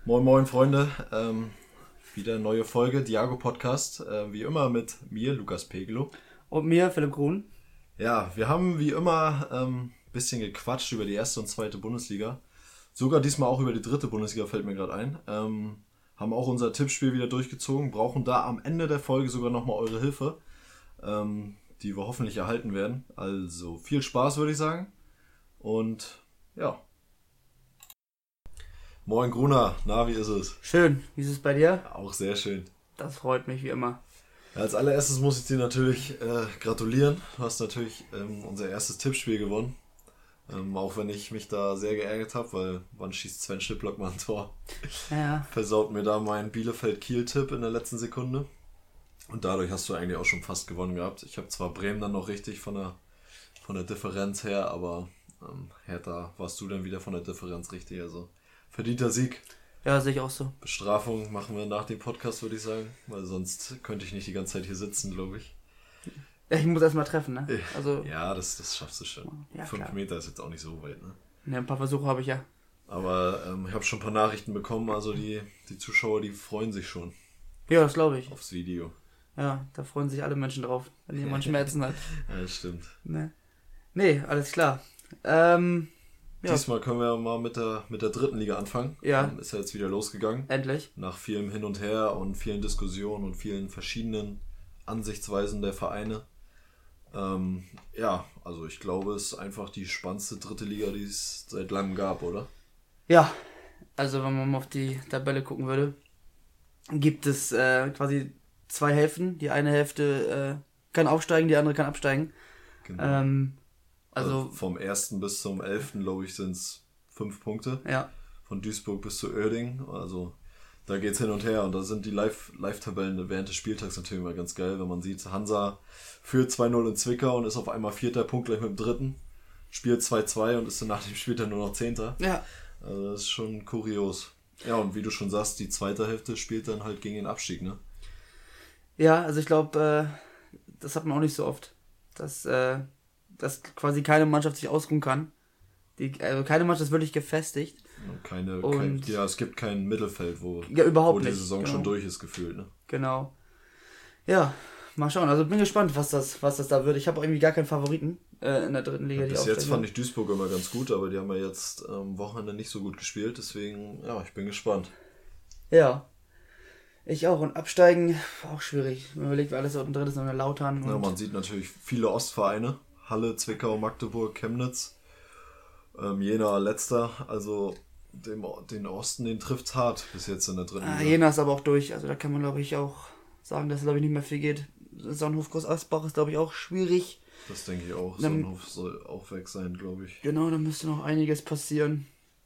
Moin moin Freunde, wieder eine neue Folge, Diago Podcast, wie immer mit mir, Lukas Pegelo. Und mir, Philipp Grun. Ja, wir haben wie immer ein bisschen gequatscht über die erste und zweite Bundesliga. Sogar diesmal auch über die dritte Bundesliga, fällt mir gerade ein. Haben auch unser Tippspiel wieder durchgezogen, brauchen da am Ende der Folge sogar nochmal eure Hilfe, die wir hoffentlich erhalten werden. Also viel Spaß, würde ich sagen. Und ja. Moin Gruner, na, wie ist es? Schön, wie ist es bei dir? Auch sehr schön. Das freut mich wie immer. Ja, als allererstes muss ich dir natürlich gratulieren. Du hast natürlich unser erstes Tippspiel gewonnen. Auch wenn ich mich da sehr geärgert habe, weil wann schießt Sven Schiplock mal ein Tor? Ja. Versaut mir da mein Bielefeld-Kiel-Tipp in der letzten Sekunde. Und dadurch hast du eigentlich auch schon fast gewonnen gehabt. Ich habe zwar Bremen dann noch richtig von der Differenz her, aber Hertha warst du dann wieder von der Differenz richtig. Also verdienter Sieg. Ja, sehe ich auch so. Bestrafung machen wir nach dem Podcast, würde ich sagen. Weil sonst könnte ich nicht die ganze Zeit hier sitzen, glaube ich. Ja, ich muss erst mal treffen, ne? Also, ja, das schaffst du schon. Ja, 5 klar. Meter ist jetzt auch nicht so weit, ne? Ne, ein paar Versuche habe ich ja. Aber ich habe schon ein paar Nachrichten bekommen, also die Zuschauer, die freuen sich schon Ja, das glaube ich. aufs Video. Ja, da freuen sich alle Menschen drauf, wenn jemand Schmerzen hat. Ja, das stimmt. Ne? Nee, alles klar. Ja. Diesmal können wir mal mit der dritten Liga anfangen. Ja. Ist ja jetzt wieder losgegangen. Endlich. Nach vielem Hin und Her und vielen Diskussionen und vielen verschiedenen Ansichtsweisen der Vereine. Ja, also ich glaube, es ist einfach die spannendste dritte Liga, die es seit langem gab, oder? Ja, also wenn man mal auf die Tabelle gucken würde, gibt es quasi zwei Hälften. Die eine Hälfte kann aufsteigen, die andere kann absteigen. Genau. Also vom 1. bis zum 11. glaube ich sind es 5 Punkte. ja. Von Duisburg bis zu Uerdingen. Also da geht's hin und her. Und da sind die Live-Tabellen während des Spieltags natürlich immer ganz geil, wenn man sieht, Hansa führt 2-0 in Zwickau und ist auf einmal 4. Punkt gleich mit dem 3. Spielt 2-2 und ist dann nach dem Spiel dann nur noch 10. Ja. Also das ist schon kurios. Ja, und wie du schon sagst, die zweite Hälfte spielt dann halt gegen den Abstieg, ne? Ja, also ich glaube, das hat man auch nicht so oft, dass quasi keine Mannschaft sich ausruhen kann. Also keine Mannschaft ist wirklich gefestigt. Es gibt kein Mittelfeld, wo überhaupt die nicht. Saison Genau. schon durch ist, gefühlt, ne? Genau. Ja, mal schauen. Also bin gespannt, was das da wird. Ich habe irgendwie gar keinen Favoriten in der dritten Liga. Bis jetzt fand ich Duisburg immer ganz gut, aber die haben ja jetzt am Wochenende nicht so gut gespielt, deswegen, ja, ich bin gespannt. Ja, ich auch. Und absteigen, auch schwierig. Man überlegt, wer alles unten drin ist, noch Lautern. Ja, man sieht natürlich viele Ostvereine, Halle, Zwickau, Magdeburg, Chemnitz, Jena letzter, also den Osten, den trifft's hart bis jetzt in der dritten Liga. Jena ist aber auch durch, also da kann man glaube ich auch sagen, dass es glaube ich nicht mehr viel geht. Sonnenhof Groß Asbach ist glaube ich auch schwierig. Das denke ich auch, Sonnenhof soll auch weg sein, glaube ich. Genau, da müsste noch einiges passieren.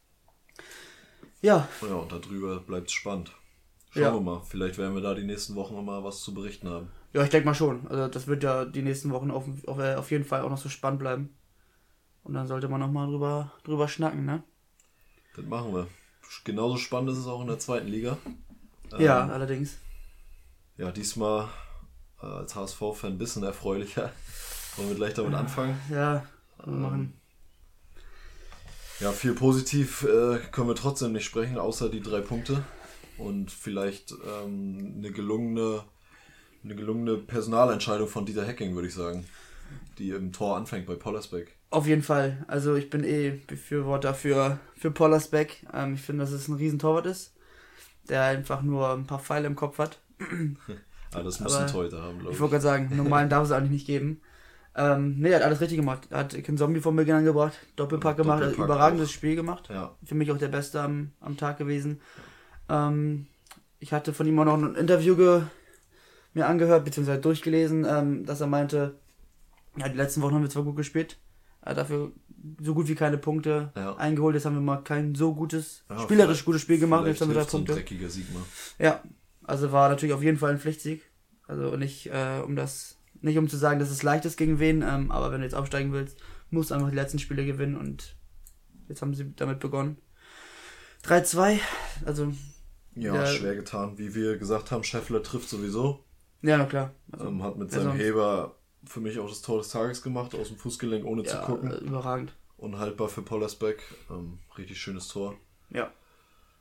Ja. Ja, und darüber bleibt's spannend. Schauen wir mal, vielleicht werden wir da die nächsten Wochen mal was zu berichten haben. Ja, ich denke mal schon. Also das wird ja die nächsten Wochen auf jeden Fall auch noch so spannend bleiben. Und dann sollte man nochmal drüber schnacken, ne? Das machen wir. Genauso spannend ist es auch in der zweiten Liga. Ja, allerdings. Ja, diesmal als HSV-Fan ein bisschen erfreulicher. Wollen wir gleich damit anfangen? Ja, machen. Ja, viel positiv können wir trotzdem nicht sprechen, außer die 3 Punkte. Und vielleicht eine gelungene Personalentscheidung von Dieter Hecking, würde ich sagen. Die im Tor anfängt bei Pollersbeck. Auf jeden Fall. Also ich bin Befürworter für Pollersbeck. Ich finde, dass es ein Riesentorwart ist, der einfach nur ein paar Pfeile im Kopf hat. Das muss ein Torhüter haben, glaube ich. Ich wollte gerade sagen, normalen darf es eigentlich nicht geben. Er hat alles richtig gemacht. Er hat Ken Zombie von Beginn angebracht, Doppelpack gemacht, hat ein überragendes Spiel gemacht. Ja. Für mich auch der Beste am Tag gewesen. Ich hatte von ihm auch noch ein Interview mir angehört, beziehungsweise durchgelesen, dass er meinte, ja, die letzten Wochen haben wir zwar gut gespielt, dafür so gut wie keine Punkte eingeholt. Jetzt haben wir mal kein so spielerisch gutes Spiel gemacht. Jetzt haben wir 3 Punkte. Ein dreckiger Sieg mal. Ja, also war natürlich auf jeden Fall ein Pflichtsieg. Also nicht um zu sagen, dass es leicht ist gegen wen, aber wenn du jetzt aufsteigen willst, musst du einfach die letzten Spiele gewinnen und jetzt haben sie damit begonnen. 3-2, also... Ja, schwer getan. Wie wir gesagt haben, Scheffler trifft sowieso. Ja, na klar. Also, hat mit seinem Heber für mich auch das Tor des Tages gemacht, aus dem Fußgelenk, ohne zu gucken. Überragend. Unhaltbar für Pollersbeck. Richtig schönes Tor. Ja.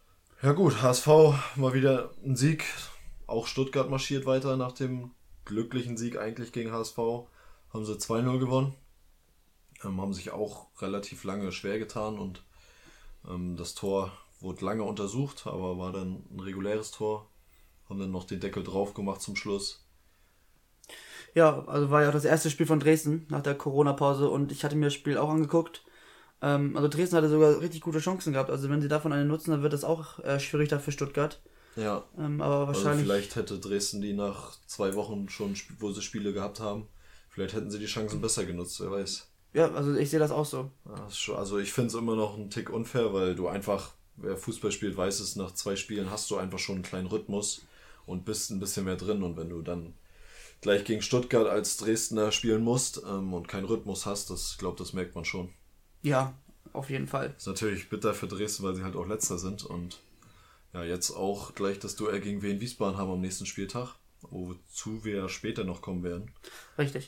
Ja gut, HSV mal wieder ein Sieg. Auch Stuttgart marschiert weiter nach dem glücklichen Sieg eigentlich gegen HSV. Haben sie 2-0 gewonnen. Haben sich auch relativ lange schwer getan und das Tor wurde lange untersucht, aber war dann ein reguläres Tor. Haben dann noch den Deckel drauf gemacht zum Schluss. Ja, also war ja auch das erste Spiel von Dresden nach der Corona-Pause und ich hatte mir das Spiel auch angeguckt. Also Dresden hatte sogar richtig gute Chancen gehabt. Also wenn sie davon eine nutzen, dann wird das auch schwierig da für Stuttgart. Ja, Aber also wahrscheinlich. vielleicht hätte Dresden die nach 2 Wochen schon, wo sie Spiele gehabt haben, vielleicht hätten sie die Chancen besser genutzt, wer weiß. Ja, also ich sehe das auch so. Ja, also ich finde es immer noch einen Tick unfair, weil du einfach, wer Fußball spielt, weiß es, nach 2 Spielen hast du einfach schon einen kleinen Rhythmus und bist ein bisschen mehr drin. Und wenn du dann gleich gegen Stuttgart als Dresdner spielen musst und keinen Rhythmus hast, das merkt man schon. Ja, auf jeden Fall. Ist natürlich bitter für Dresden, weil sie halt auch Letzter sind und ja, jetzt auch gleich das Duell gegen Wien Wiesbaden haben am nächsten Spieltag, wozu wir später noch kommen werden. Richtig.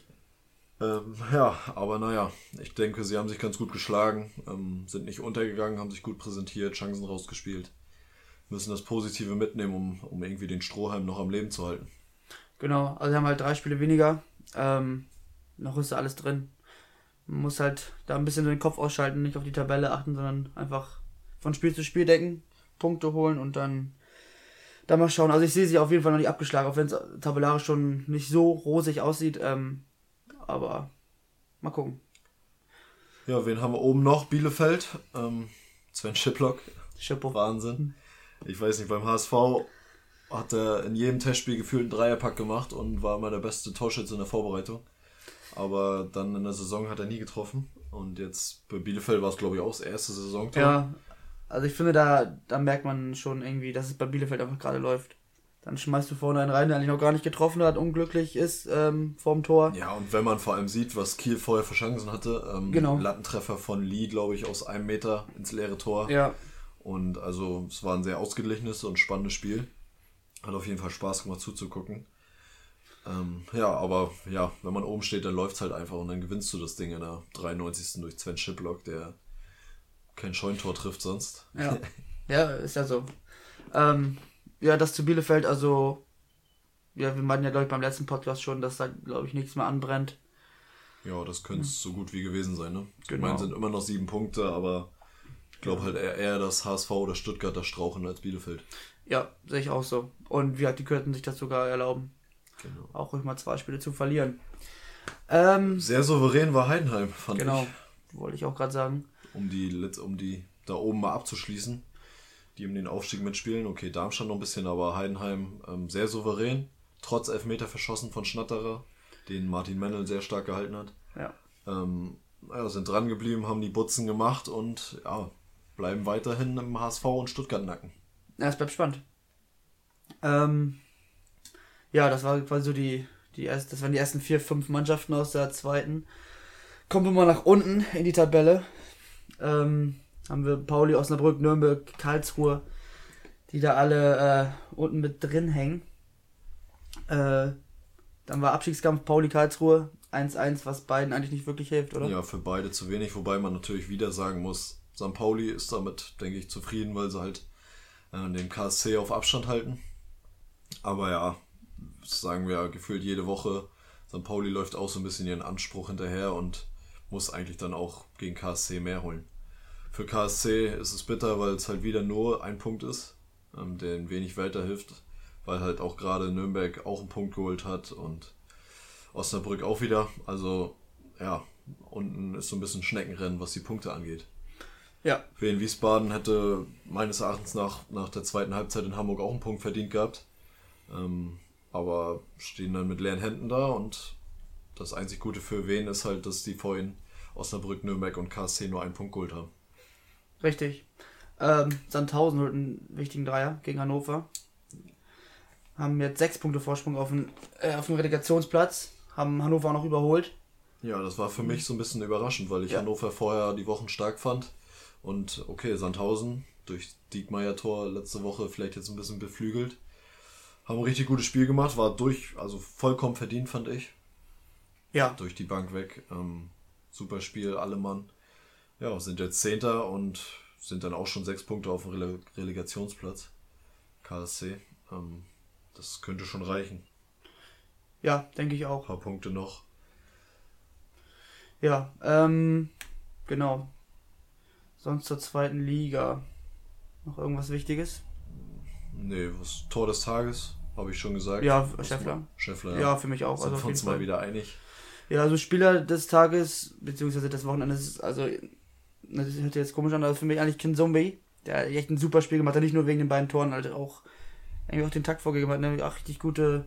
Ja, aber naja, ich denke, sie haben sich ganz gut geschlagen, sind nicht untergegangen, haben sich gut präsentiert, Chancen rausgespielt, müssen das Positive mitnehmen, um irgendwie den Strohhalm noch am Leben zu halten. Genau, also wir haben halt 3 Spiele weniger. Noch ist da alles drin. Man muss halt da ein bisschen den Kopf ausschalten, nicht auf die Tabelle achten, sondern einfach von Spiel zu Spiel denken, Punkte holen und dann mal schauen. Also ich sehe sie auf jeden Fall noch nicht abgeschlagen, auch wenn es tabellarisch schon nicht so rosig aussieht. Aber mal gucken. Ja, wen haben wir oben noch? Bielefeld. Sven Schiplock. Schippo. Wahnsinn. Ich weiß nicht, beim HSV hat er in jedem Testspiel gefühlt einen Dreierpack gemacht und war immer der beste Torschütze in der Vorbereitung. Aber dann in der Saison hat er nie getroffen. Und jetzt bei Bielefeld war es, glaube ich, auch das erste Saisontor. Ja, also ich finde, da merkt man schon irgendwie, dass es bei Bielefeld einfach gerade läuft. Dann schmeißt du vorne einen rein, der eigentlich noch gar nicht getroffen hat, unglücklich ist vorm Tor. Ja, und wenn man vor allem sieht, was Kiel vorher für Chancen hatte, Genau. Lattentreffer von Lee, glaube ich, aus 1 Meter ins leere Tor. Ja. Und also es war ein sehr ausgeglichenes und spannendes Spiel. Hat auf jeden Fall Spaß gemacht zuzugucken. Ja, aber ja, wenn man oben steht, dann läuft es halt einfach und dann gewinnst du das Ding in der 93. durch Sven Schiplock, der kein Scheuntor trifft sonst. Ja, ja, ist ja so. Ja, das zu Bielefeld, also ja, wir meinten ja, glaube ich, beim letzten Podcast schon, dass da, glaube ich, nichts mehr anbrennt. Ja, das könnte es so gut wie gewesen sein, ne? Genau. Ich meine, sind immer noch 7 Punkte, aber ich glaube halt eher das HSV oder Stuttgart das strauchen als Bielefeld. Ja, sehe ich auch so. Und die könnten sich das sogar erlauben, Genau. auch ruhig mal 2 Spiele zu verlieren. Sehr souverän war Heidenheim, fand Genau, ich. wollte ich auch gerade sagen. Um die da oben mal abzuschließen, die um den Aufstieg mitspielen. Okay, Darmstadt noch ein bisschen, aber Heidenheim sehr souverän. Trotz Elfmeter verschossen von Schnatterer, den Martin Mennel sehr stark gehalten hat. Ja. Sind dran geblieben, haben die Butzen gemacht und ja, bleiben weiterhin im HSV und Stuttgart-Nacken. Ja, es bleibt spannend. Ja, das war quasi so das waren die ersten 4, 5 Mannschaften aus der zweiten. Kommen wir mal nach unten in die Tabelle. Haben wir Pauli, Osnabrück, Nürnberg, Karlsruhe, die da alle unten mit drin hängen. Dann war Abstiegskampf Pauli, Karlsruhe 1-1, was beiden eigentlich nicht wirklich hilft, oder? Ja, für beide zu wenig, wobei man natürlich wieder sagen muss, St. Pauli ist damit, denke ich, zufrieden, weil sie halt den KSC auf Abstand halten. Aber ja, das sagen wir gefühlt jede Woche, St. Pauli läuft auch so ein bisschen ihren Anspruch hinterher und muss eigentlich dann auch gegen KSC mehr holen. Für KSC ist es bitter, weil es halt wieder nur ein Punkt ist, der wenig weiterhilft, weil halt auch gerade Nürnberg auch einen Punkt geholt hat und Osnabrück auch wieder. Also ja, unten ist so ein bisschen Schneckenrennen, was die Punkte angeht. Ja. Wien Wiesbaden hätte meines Erachtens nach der zweiten Halbzeit in Hamburg auch einen Punkt verdient gehabt. Aber stehen dann mit leeren Händen da und das einzig Gute für Wien ist halt, dass die vorhin Osnabrück, Nürnberg und KSC nur einen Punkt geholt haben. Richtig. Sandhausen holt einen wichtigen Dreier gegen Hannover. Haben jetzt 6 Punkte Vorsprung auf dem Relegationsplatz. Haben Hannover auch noch überholt. Ja, das war für mich so ein bisschen überraschend, weil ich Hannover vorher die Wochen stark fand. Und okay, Sandhausen durch Diekmeyer-Tor letzte Woche vielleicht jetzt ein bisschen beflügelt. Haben ein richtig gutes Spiel gemacht, war also vollkommen verdient, fand ich. Ja. Durch die Bank weg. Super Spiel, alle Mann. Ja, sind jetzt 10. und sind dann auch schon 6 Punkte auf dem Relegationsplatz. KSC. Das könnte schon reichen. Ja, denke ich auch. Ein paar Punkte noch. Ja, genau. Sonst zur zweiten Liga. Noch irgendwas Wichtiges? Nee, was Tor des Tages, habe ich schon gesagt. Ja, Scheffler. Scheffler, Ja, für mich auch. Sind Also wir uns mal wieder einig. Ja, also Spieler des Tages, beziehungsweise des Wochenendes, also das hört jetzt komisch an, aber für mich eigentlich Kinzombie, der echt ein super Spiel gemacht hat, nicht nur wegen den beiden Toren, halt auch eigentlich auch den Takt vorgegeben hat, ne? Auch richtig gute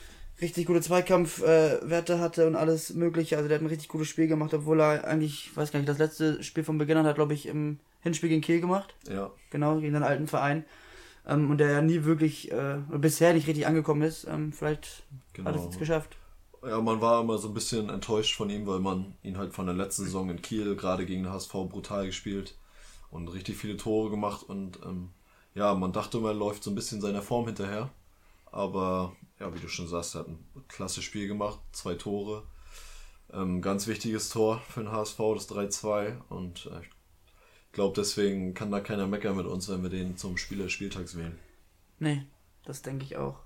Zweikampfwerte hatte und alles mögliche, also der hat ein richtig gutes Spiel gemacht, obwohl er eigentlich, ich weiß gar nicht, das letzte Spiel von Beginn an hat, glaube ich, im Hinspiel gegen Kiel gemacht. Ja. Genau, gegen den alten Verein. Und der ja nie wirklich, bisher nicht richtig angekommen ist. Vielleicht hat es jetzt geschafft. Ja, man war immer so ein bisschen enttäuscht von ihm, weil man ihn halt von der letzten Saison in Kiel gerade gegen den HSV brutal gespielt und richtig viele Tore gemacht und ja, man dachte immer, er läuft so ein bisschen seiner Form hinterher, aber ja, wie du schon sagst, er hat ein klasse Spiel gemacht, 2 Tore, ganz wichtiges Tor für den HSV, das 3-2 und ich glaube, deswegen kann da keiner meckern mit uns, wenn wir den zum Spieler des Spieltags wählen. Nee, das denke ich auch.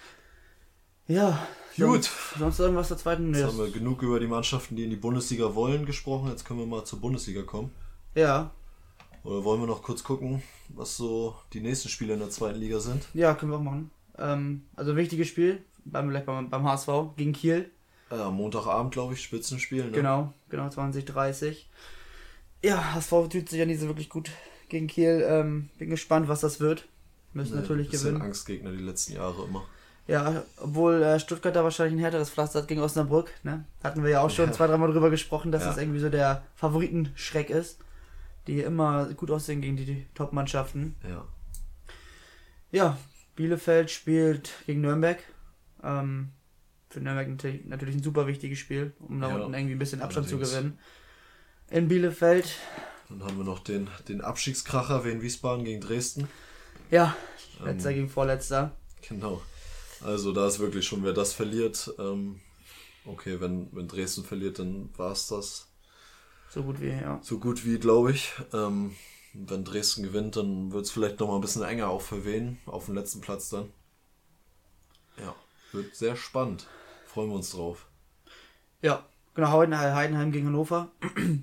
Ja, gut. Sonst irgendwas zur zweiten? Jetzt haben wir genug über die Mannschaften, die in die Bundesliga wollen, gesprochen. Jetzt können wir mal zur Bundesliga kommen. Ja. Oder wollen wir noch kurz gucken, was so die nächsten Spiele in der zweiten Liga sind? Ja, können wir auch machen. Also wichtiges Spiel, beim HSV gegen Kiel. Montagabend, glaube ich, Spitzenspiel. Ne? Genau, 20:30. Ja, HSV tut sich ja nicht so wirklich gut gegen Kiel. Bin gespannt, was das wird. Müssen natürlich gewinnen. Angstgegner die letzten Jahre immer. Ja, obwohl Stuttgart da wahrscheinlich ein härteres Pflaster hat gegen Osnabrück. Ne? Hatten wir ja auch schon 2-3 Mal drüber gesprochen, dass das irgendwie so der Favoritenschreck ist. Die immer gut aussehen gegen die Top-Mannschaften. Ja. Ja, Bielefeld spielt gegen Nürnberg. Für Nürnberg natürlich ein super wichtiges Spiel, um da unten irgendwie ein bisschen Abstand zu gewinnen. In Bielefeld. Dann haben wir noch den Abstiegskracher Wien Wiesbaden gegen Dresden. Ja, letzter gegen vorletzter. Genau. Also da ist wirklich schon, wer das verliert, okay, wenn Dresden verliert, dann war es das. So gut wie, ja. So gut wie, glaube ich. Wenn Dresden gewinnt, dann wird es vielleicht nochmal ein bisschen enger auch für Wien, auf dem letzten Platz dann. Ja, wird sehr spannend. Freuen wir uns drauf. Ja, genau, Heidenheim gegen Hannover.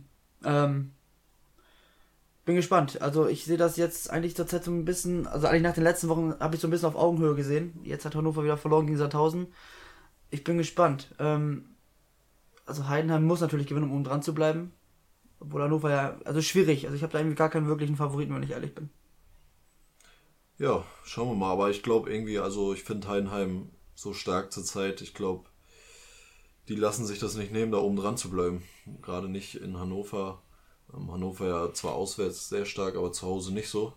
Bin gespannt. Also ich sehe das jetzt eigentlich zurzeit so ein bisschen, also eigentlich nach den letzten Wochen habe ich so ein bisschen auf Augenhöhe gesehen. Jetzt hat Hannover wieder verloren gegen Sandhausen. Ich bin gespannt. Also Heidenheim muss natürlich gewinnen, um oben dran zu bleiben. Obwohl Hannover ja, also schwierig. Also ich habe da irgendwie gar keinen wirklichen Favoriten, wenn ich ehrlich bin. Ja, schauen wir mal. Aber ich glaube irgendwie, also ich finde Heidenheim so stark zurzeit. Ich glaube, die lassen sich das nicht nehmen, da oben dran zu bleiben. Gerade nicht in Hannover. Hannover ja zwar auswärts sehr stark, aber zu Hause nicht so.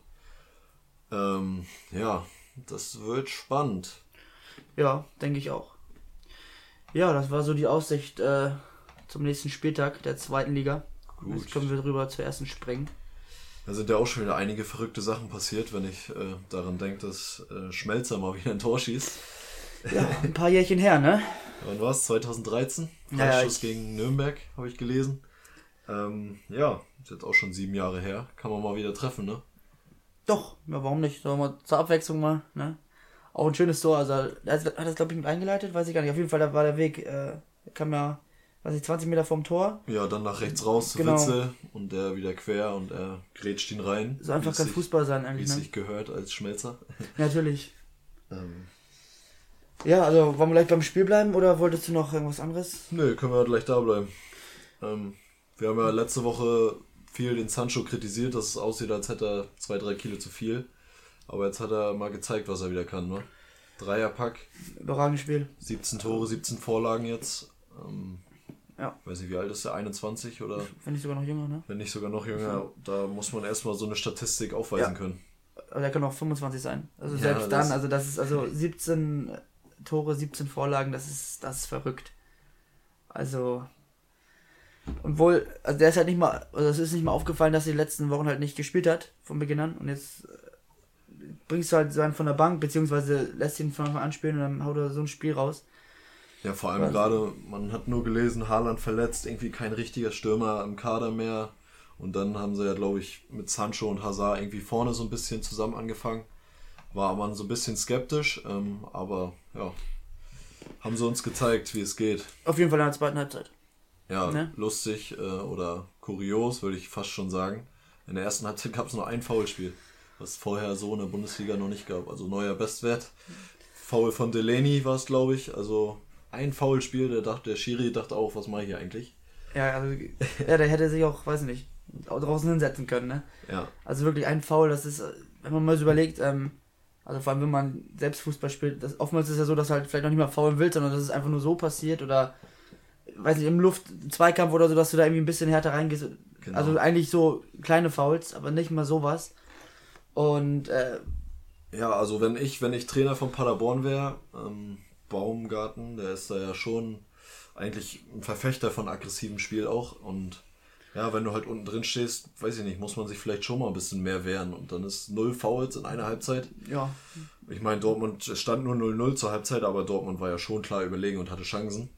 Ja, das wird spannend. Ja, denke ich auch. Ja, das war so die Aussicht zum nächsten Spieltag der zweiten Liga. Gut. Jetzt können wir rüber zur ersten springen. Da sind ja auch schon wieder einige verrückte Sachen passiert, wenn ich daran denke, dass Schmelzer mal wieder ein Tor schießt. Ja, ein paar Jährchen her, ne? Wann war es? 2013? Freistoß gegen Nürnberg, habe ich gelesen. Ja, ist jetzt auch schon 7 Jahre her. Kann man mal wieder treffen, ne? Doch, ja, warum nicht? Sollen wir zur Abwechslung mal, ne? Auch ein schönes Tor, also hat das, glaube ich, mit eingeleitet, weiß ich gar nicht. Auf jeden Fall, da war der Weg, kam ja, weiß ich, 20 Meter vom Tor. Ja, dann nach rechts raus zu Witzel und der wieder quer und er grätscht ihn rein. So einfach kann Fußball sein eigentlich, wie es sich gehört als Schmelzer. Natürlich. Ja, also wollen wir gleich beim Spiel bleiben oder wolltest du noch irgendwas anderes? Nö, können wir gleich da bleiben. Wir haben ja letzte Woche viel den Sancho kritisiert, dass es aussieht, als hätte er 2-3 Kilo zu viel. Aber jetzt hat er mal gezeigt, was er wieder kann, ne? Dreierpack. Überragendes Spiel. 17 Tore, 17 Vorlagen jetzt. Ja. Weiß nicht, wie alt ist der? 21 oder? Wenn nicht sogar noch jünger, ne? Wenn nicht sogar noch jünger, da muss man erstmal so eine Statistik aufweisen können. Aber der kann auch 25 sein. Also selbst dann, also das ist also 17 Tore, 17 Vorlagen, das ist verrückt. Also, und wohl, also der ist halt nicht mal, also es ist nicht mal aufgefallen, dass er die letzten Wochen halt nicht gespielt hat, von Beginn an. Und jetzt bringst du halt so einen von der Bank, beziehungsweise lässt ihn von Anfang an spielen und dann haut er so ein Spiel raus. Ja, vor allem gerade, man hat nur gelesen, Haaland verletzt, irgendwie kein richtiger Stürmer im Kader mehr. Und dann haben sie ja, glaube ich, mit Sancho und Hazard irgendwie vorne so ein bisschen zusammen angefangen. War man so ein bisschen skeptisch, aber ja, haben sie uns gezeigt, wie es geht. Auf jeden Fall in der zweiten Halbzeit. Ja, Ne? lustig oder kurios, würde ich fast schon sagen. In der ersten Halbzeit gab es nur ein Foulspiel, was es vorher so in der Bundesliga noch nicht gab. Also neuer Bestwert. Foul von Delaney war es, glaube ich. Also ein Foulspiel, der Schiri dachte auch, was mache ich hier eigentlich? Ja, also, ja, der hätte sich auch, weiß nicht, draußen hinsetzen können, ne? Ja. Also wirklich ein Foul, das ist, wenn man mal so überlegt, also vor allem wenn man selbst Fußball spielt, oftmals ist es ja so, dass du halt vielleicht noch nicht mal faulen willst, sondern dass es einfach nur so passiert oder, weiß nicht, im Zweikampf oder so, dass du da irgendwie ein bisschen härter reingehst. Genau. Also eigentlich so kleine Fouls, aber nicht mal sowas. Und, ja, also wenn ich Trainer von Paderborn wäre, Baumgarten, der ist da ja schon eigentlich ein Verfechter von aggressivem Spiel auch und ja, wenn du halt unten drin stehst, weiß ich nicht, muss man sich vielleicht schon mal ein bisschen mehr wehren und dann ist 0 Fouls in einer Halbzeit. Ja. Ich meine, Dortmund stand nur 0-0 zur Halbzeit, aber Dortmund war ja schon klar überlegen und hatte Chancen.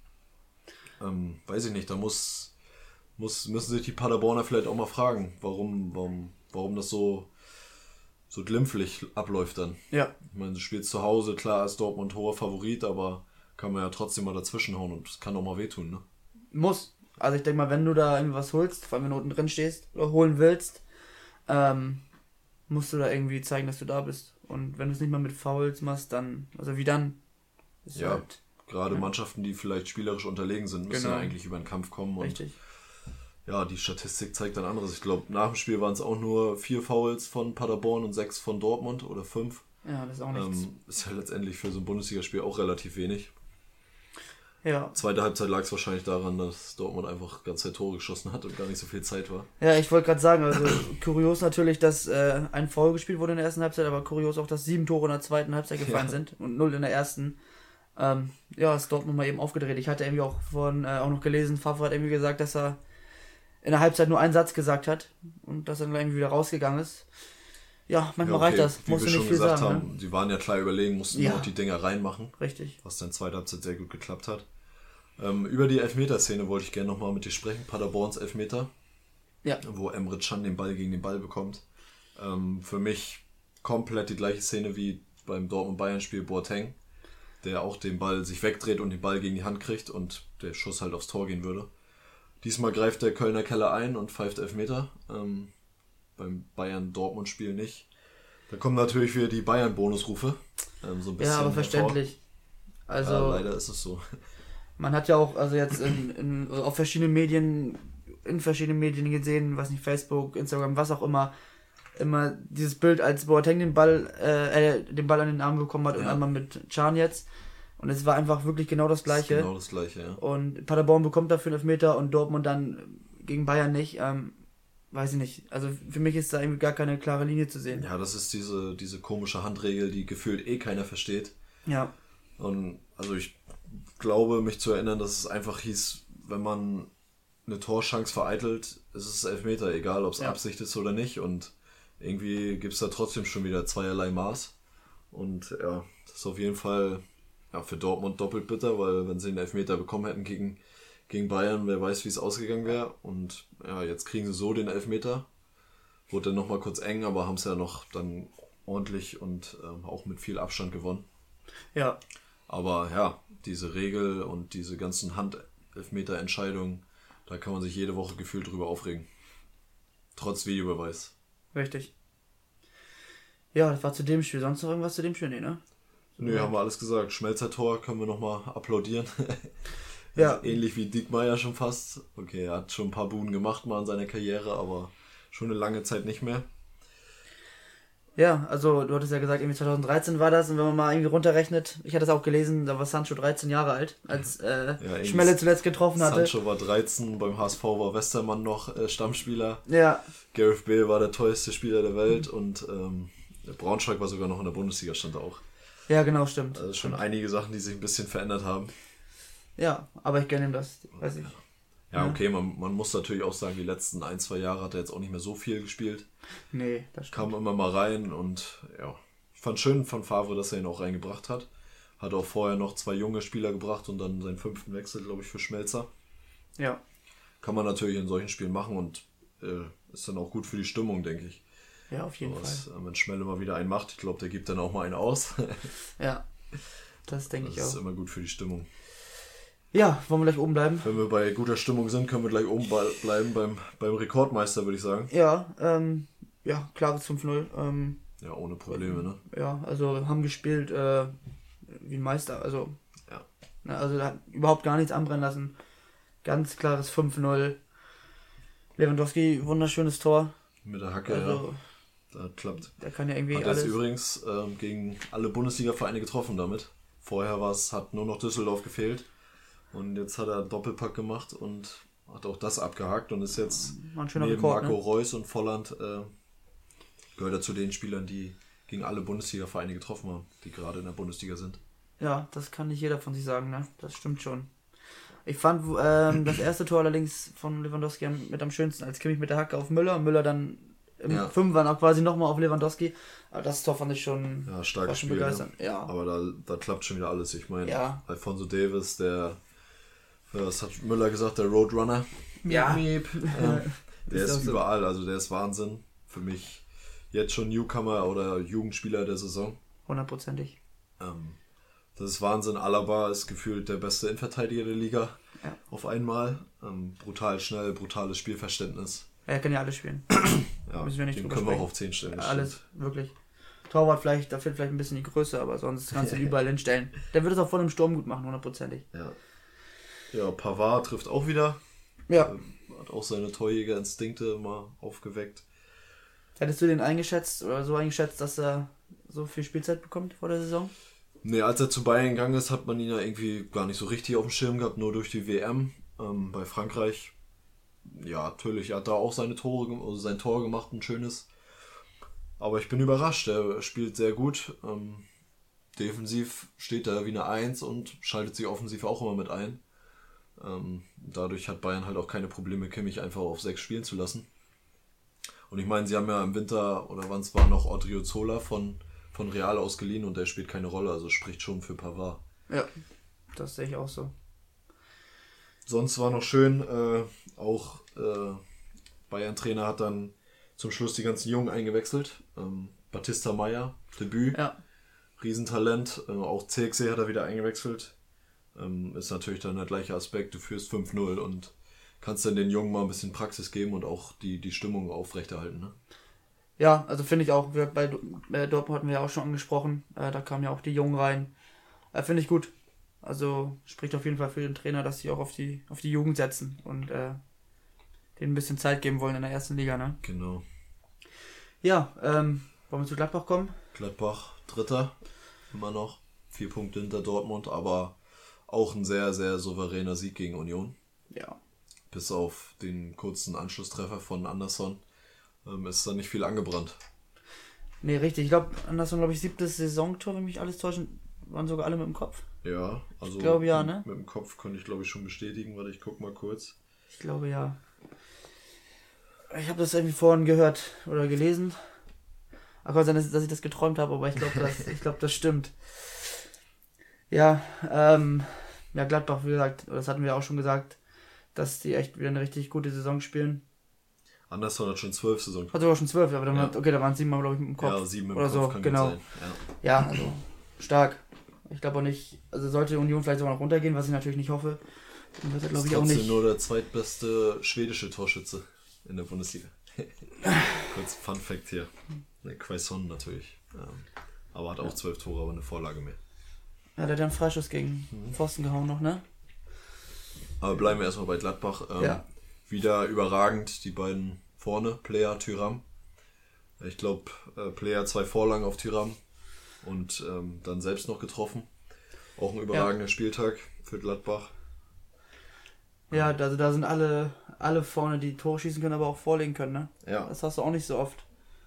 Weiß ich nicht, da müssen sich die Paderborner vielleicht auch mal fragen, warum das so glimpflich abläuft dann. Ja. Ich meine, du spielst zu Hause, klar ist Dortmund hoher Favorit, aber kann man ja trotzdem mal dazwischen hauen und es kann auch mal wehtun, ne? Muss. Also ich denke mal, wenn du da irgendwas holst, vor allem wenn du unten drin stehst oder holen willst, musst du da irgendwie zeigen, dass du da bist. Und wenn du es nicht mal mit Fouls machst, dann, also wie dann? Ist ja, halt, gerade Mannschaften, die vielleicht spielerisch unterlegen sind, müssen ja eigentlich über den Kampf kommen. Und richtig. Ja, die Statistik zeigt dann anderes. Ich glaube, nach dem Spiel waren es auch nur 4 Fouls von Paderborn und 6 von Dortmund oder 5. Ja, das ist auch nichts. Ist ja letztendlich für so ein Bundesligaspiel auch relativ wenig. Ja. Zweite Halbzeit lag es wahrscheinlich daran, dass Dortmund einfach ganz Zeit Tore geschossen hat und gar nicht so viel Zeit war. Ja, ich wollte gerade sagen, also kurios natürlich, dass ein Foul gespielt wurde in der ersten Halbzeit, aber kurios auch, dass 7 Tore in der zweiten Halbzeit gefallen sind und 0 in der ersten. Ja, ist Dortmund mal eben aufgedreht. Ich hatte irgendwie auch auch noch gelesen, Favre hat irgendwie gesagt, dass er in der Halbzeit nur einen Satz gesagt hat und dass er dann irgendwie wieder rausgegangen ist. Ja, manchmal reicht das. Musst du nicht viel sagen. Ne? Die waren ja klar überlegen, mussten nur noch die Dinger reinmachen. Richtig. Was dann zweite Halbzeit sehr gut geklappt hat. Über die Elfmeterszene wollte ich gerne nochmal mit dir sprechen. Paderborns Elfmeter. Ja. Wo Emre Can den Ball gegen den Ball bekommt. Für mich komplett die gleiche Szene wie beim Dortmund-Bayern-Spiel Boateng, der auch den Ball sich wegdreht und den Ball gegen die Hand kriegt und der Schuss halt aufs Tor gehen würde. Diesmal greift der Kölner Keller ein und pfeift Elfmeter. Beim Bayern-Dortmund-Spiel nicht. Da kommen natürlich wieder die Bayern-Bonusrufe. So ein bisschen ja, aber verständlich. Also, ja, leider ist es so. Man hat ja auch, also jetzt auf verschiedenen Medien, gesehen, weiß nicht, Facebook, Instagram, was auch immer dieses Bild, als Boateng den Ball an den Arm bekommen hat und einmal mit Can jetzt. Und es war einfach wirklich genau das Gleiche. Genau das Gleiche, ja. Und Paderborn bekommt dafür einen Elfmeter und Dortmund dann gegen Bayern nicht. Weiß ich nicht. Also für mich ist da irgendwie gar keine klare Linie zu sehen. Ja, das ist diese komische Handregel, die gefühlt keiner versteht. Ja. Und also ich glaube, mich zu erinnern, dass es einfach hieß, wenn man eine Torchance vereitelt, ist es Elfmeter, egal ob es Absicht ist oder nicht. Und irgendwie gibt es da trotzdem schon wieder zweierlei Maß. Und ja, das ist auf jeden Fall für Dortmund doppelt bitter, weil wenn sie einen Elfmeter bekommen hätten gegen Bayern, wer weiß, wie es ausgegangen wäre. Und ja, jetzt kriegen sie so den Elfmeter. Wurde dann nochmal kurz eng, aber haben es ja noch dann ordentlich und auch mit viel Abstand gewonnen. Ja. Aber ja, diese Regel und diese ganzen Handelfmeter-Entscheidungen, da kann man sich jede Woche gefühlt drüber aufregen. Trotz Videobeweis. Richtig. Ja, das war zu dem Spiel. Sonst noch irgendwas zu dem Spiel? Nee, ne? Nö, haben wir alles gesagt. Schmelzer-Tor können wir nochmal applaudieren. Ja. Ähnlich wie Diekmeyer schon fast. Okay, er hat schon ein paar Buden gemacht mal in seiner Karriere, aber schon eine lange Zeit nicht mehr. Ja, also du hattest ja gesagt, irgendwie 2013 war das und wenn man mal irgendwie runterrechnet, ich hatte es auch gelesen, da war Sancho 13 Jahre alt, als Schmelle zuletzt getroffen hatte. Sancho war 13, beim HSV war Westermann noch Stammspieler. Ja. Gareth Bale war der teuerste Spieler der Welt und Braunschweig war sogar noch in der Bundesliga, stand auch. Ja, genau, stimmt. Also schon einige Sachen, die sich ein bisschen verändert haben. Ja, aber ich gönne ihm das, weiß ich. Ja, okay, man muss natürlich auch sagen, die letzten 1-2 Jahre hat er jetzt auch nicht mehr so viel gespielt. Nee, das stimmt. Kam immer mal rein und ja, ich fand schön von Favre, dass er ihn auch reingebracht hat. Hat auch vorher noch 2 junge Spieler gebracht und dann seinen 5. Wechsel, glaube ich, für Schmelzer. Ja. Kann man natürlich in solchen Spielen machen und ist dann auch gut für die Stimmung, denke ich. Ja, auf jeden Fall. Wenn Schmelle mal wieder einen macht, ich glaube, der gibt dann auch mal einen aus. Ja, das denke ich auch. Das ist immer gut für die Stimmung. Ja, wollen wir gleich oben bleiben? Wenn wir bei guter Stimmung sind, können wir gleich oben bleiben beim Rekordmeister, würde ich sagen. Ja, klares 5-0. Ja, ohne Probleme, ne? Ja, also haben gespielt wie ein Meister, also also da hat überhaupt gar nichts anbrennen lassen. Ganz klares 5-0. Lewandowski, wunderschönes Tor. Mit der Hacke, also, ja. Das klappt. Der kann ja irgendwie hat alles. Hat übrigens gegen alle Bundesliga-Vereine getroffen damit. Vorher hat nur noch Düsseldorf gefehlt. Und jetzt hat er einen Doppelpack gemacht und hat auch das abgehakt und ist jetzt neben Rekord, Marco Reus und Volland gehört er zu den Spielern, die gegen alle Bundesliga-Vereine getroffen haben, die gerade in der Bundesliga sind. Ja, das kann nicht jeder von sich sagen, ne? Das stimmt schon. Ich fand das erste Tor allerdings von Lewandowski mit am schönsten, als Kimmich mit der Hacke auf Müller. Müller dann im Fünfer auch quasi nochmal auf Lewandowski. Aber das Tor fand ich schon, starkes Spiel, begeisternd. Ne? Ja. Aber da klappt schon wieder alles. Ich meine, Alphonso Davies, was hat Müller gesagt, der Roadrunner. Ja. Der ist überall, also der ist Wahnsinn. Für mich jetzt schon Newcomer oder Jugendspieler der Saison. 100%. Das ist Wahnsinn. Alaba ist gefühlt der beste Innenverteidiger der Liga. Ja. Auf einmal. Brutal schnell, brutales Spielverständnis. Er kann ja alles spielen. Ja, müssen wir nicht den können wir auch auf 10 stellen. Alles, wirklich. Torwart da fehlt vielleicht ein bisschen die Größe, aber sonst kannst du ihn überall hinstellen. Der wird es auch vor einem Sturm gut machen, 100%. Ja, Pavard trifft auch wieder. Ja. Hat auch seine Torjäger-Instinkte mal aufgeweckt. Hättest du den eingeschätzt, dass er so viel Spielzeit bekommt vor der Saison? Nee, als er zu Bayern gegangen ist, hat man ihn ja irgendwie gar nicht so richtig auf dem Schirm gehabt, nur durch die WM bei Frankreich. Ja, natürlich, er hat da auch sein Tor gemacht, ein schönes. Aber ich bin überrascht, er spielt sehr gut. Defensiv steht er wie eine 1 und schaltet sich offensiv auch immer mit ein. Dadurch hat Bayern halt auch keine Probleme, Kimmich einfach auf 6 spielen zu lassen. Und ich meine, sie haben ja im Winter, oder wann es war, noch Odriozola von Real ausgeliehen und der spielt keine Rolle, also spricht schon für Pavard. Ja, das sehe ich auch so. Sonst war noch schön, Bayern-Trainer hat dann zum Schluss die ganzen Jungen eingewechselt. Batista Meyer, Debüt, Riesentalent. Auch Zirkzee hat er wieder eingewechselt. Ist natürlich dann der gleiche Aspekt, du führst 5-0 und kannst dann den Jungen mal ein bisschen Praxis geben und auch die Stimmung aufrechterhalten. Ne? Ja, also finde ich auch, bei Dortmund hatten wir ja auch schon angesprochen, da kamen ja auch die Jungen rein. Finde ich gut. Also spricht auf jeden Fall für den Trainer, dass sie auch auf die Jugend setzen und denen ein bisschen Zeit geben wollen in der ersten Liga. Ne? Genau. Ja, wollen wir zu Gladbach kommen? Gladbach, Dritter, immer noch. 4 Punkte hinter Dortmund, aber auch ein sehr, sehr souveräner Sieg gegen Union. Ja. Bis auf den kurzen Anschlusstreffer von Anderson ist da nicht viel angebrannt. Nee, richtig. Ich glaube, Anderson, 7. Saisontor, wenn mich alles täuschen, waren sogar alle mit dem Kopf. Ja, also ich glaube, ja, ne? Mit dem Kopf konnte ich, glaube ich, schon bestätigen. Warte, ich guck mal kurz. Ich glaube, ja. Ich habe das irgendwie vorhin gehört oder gelesen. Ach, kann sein, dass ich das geträumt habe, aber ich glaube, das stimmt. Ja, Gladbach, wie gesagt, das hatten wir auch schon gesagt, dass die echt wieder eine richtig gute Saison spielen. Anderson hat schon 12 Saison. Hat sogar schon 12, aber dann da waren es 7 Mal, glaube ich, mit dem Kopf. Ja, 7 im oder Kopf so, kann genau. sein. Ja, also stark. Ich glaube auch nicht, also sollte Union vielleicht sogar noch runtergehen, was ich natürlich nicht hoffe. Dann wird er, glaube ich, auch nicht. Ist nur der zweitbeste schwedische Torschütze in der Bundesliga. Kurz Fun Fact hier. Quaison natürlich. Aber hat auch 12 Tore, aber eine Vorlage mehr. Ja, der hat einen Freischuss gegen Pfosten gehauen noch, ne? Aber bleiben wir erstmal bei Gladbach. Wieder überragend, die beiden vorne, Player, Thuram. Ich glaube, Player 2 Vorlagen auf Thuram und dann selbst noch getroffen. Auch ein überragender Spieltag für Gladbach. Ja, also da sind alle vorne, die Tore schießen können, aber auch vorlegen können, ne? Ja. Das hast du auch nicht so oft.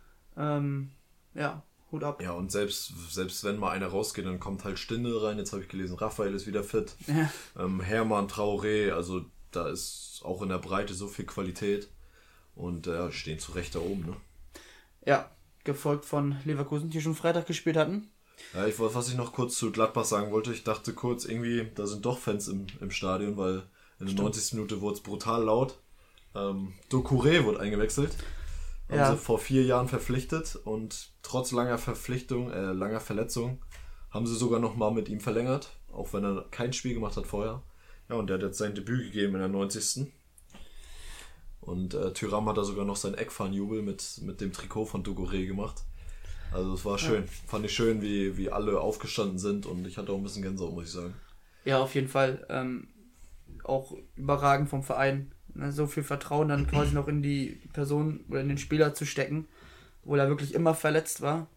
Hut ab. Ja, und selbst wenn mal einer rausgeht, dann kommt halt Stindl rein. Jetzt habe ich gelesen, Raphael ist wieder fit. Ja. Hermann, Traoré, also da ist auch in der Breite so viel Qualität. Und stehen zu Recht da oben, ne? Ja, gefolgt von Leverkusen, die schon Freitag gespielt hatten. Ja, was ich noch kurz zu Gladbach sagen wollte, ich dachte kurz irgendwie, da sind doch Fans im Stadion, weil in der 90. Minute wurde es brutal laut. Doucouré wurde eingewechselt. Haben Ja. sie vor 4 Jahren verpflichtet und trotz langer Verletzung haben sie sogar nochmal mit ihm verlängert, auch wenn er kein Spiel gemacht hat vorher. Ja, und der hat jetzt sein Debüt gegeben in der 90. Und Thuram hat da sogar noch seinen Eckfahnenjubel mit dem Trikot von Doucouré gemacht. Also es war schön. Fand ich schön, wie alle aufgestanden sind und ich hatte auch ein bisschen Gänsehaut, muss ich sagen. Ja, auf jeden Fall. Auch überragend vom Verein. Ne, so viel Vertrauen dann quasi noch in die Person oder in den Spieler zu stecken, obwohl er wirklich immer verletzt war.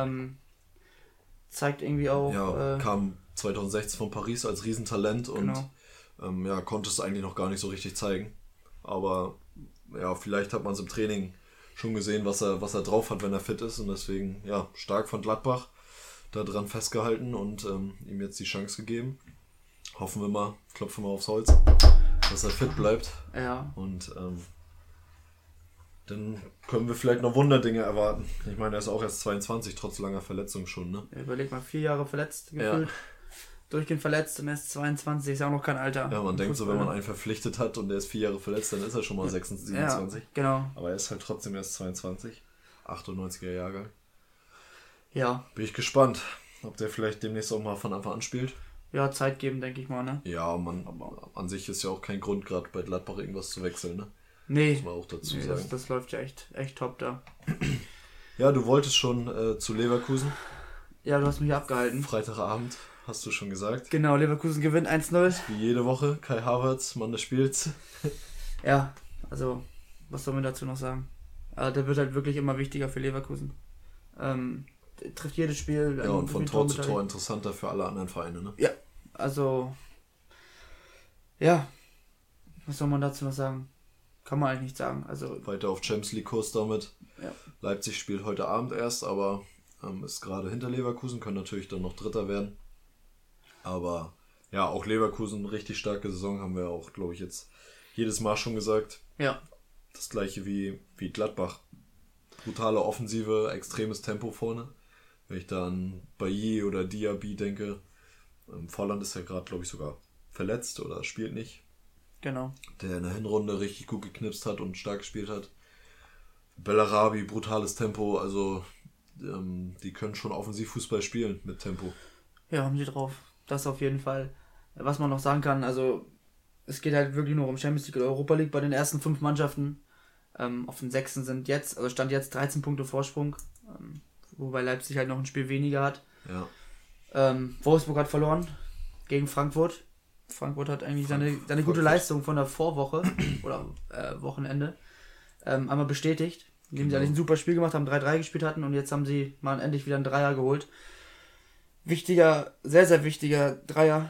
Zeigt irgendwie auch... Ja, kam 2016 von Paris als Riesentalent und Genau. konnte es eigentlich noch gar nicht so richtig zeigen. Aber ja, vielleicht hat man es im Training schon gesehen, was er drauf hat, wenn er fit ist. Und deswegen, ja, stark von Gladbach da dran festgehalten und ihm jetzt die Chance gegeben. Hoffen wir mal, klopfen wir aufs Holz, dass er fit bleibt. Ja. Und dann können wir vielleicht noch Wunderdinge erwarten. Ich meine, er ist auch erst 22, trotz langer Verletzung schon, ne? Überleg mal, 4 Jahre verletzt gefühlt. Durchgehend verletzt und er ist 22, ist ja auch noch kein Alter. Ja, man denkt so, wenn man einen verpflichtet hat und der ist 4 Jahre verletzt, dann ist er schon mal 26, 27. Ja, genau. Aber er ist halt trotzdem erst 22. 98er Jahrgang. Ja. Bin ich gespannt, ob der vielleicht demnächst auch mal von Anfang an spielt. Ja, Zeit geben, denke ich mal, ne? Ja, an sich ist ja auch kein Grund, gerade bei Gladbach irgendwas zu wechseln, ne? Nee. Muss man auch dazu sagen. Das läuft ja echt top da. Ja, du wolltest schon zu Leverkusen. Ja, du hast mich abgehalten. Freitagabend, hast du schon gesagt. Genau, Leverkusen gewinnt 1-0. Wie jede Woche, Kai Havertz, Mann des Spiels. Ja, also, was soll man dazu noch sagen? Der wird halt wirklich immer wichtiger für Leverkusen. Der trifft jedes Spiel. Ja, und von Tor zu Tor interessanter für alle anderen Vereine, ne? Ja, also, ja, was soll man dazu noch sagen? Kann man eigentlich nicht sagen. Also, Weiter auf Champions League Kurs damit. Ja. Leipzig spielt heute Abend erst, aber ist gerade hinter Leverkusen, können natürlich dann noch Dritter werden. Aber ja, auch Leverkusen, richtig starke Saison, haben wir auch, glaube ich, jetzt jedes Mal schon gesagt. ja, Das gleiche wie Gladbach. Brutale Offensive, extremes Tempo vorne. Wenn ich da an Bailly oder Diaby denke, Volland ist ja gerade, glaube ich, sogar verletzt oder spielt nicht. genau. Der in der Hinrunde richtig gut geknipst hat und stark gespielt hat. Bellarabi, brutales Tempo, also die können schon Offensivfußball spielen mit Tempo. Ja, haben sie drauf. Das auf jeden Fall. Was man noch sagen kann, also es geht halt wirklich nur um Champions League oder Europa League bei den ersten 5 Mannschaften. Auf den 6. sind jetzt, also stand jetzt 13 Punkte Vorsprung, wobei Leipzig halt noch ein Spiel weniger hat. Ja. Wolfsburg hat verloren gegen Frankfurt. Frankfurt hat eigentlich seine gute Leistung von der Vorwoche oder Wochenende einmal bestätigt, indem sie eigentlich ein super Spiel gemacht haben, 3-3 gespielt hatten und jetzt haben sie mal endlich wieder einen Dreier geholt. Wichtiger, sehr, sehr wichtiger Dreier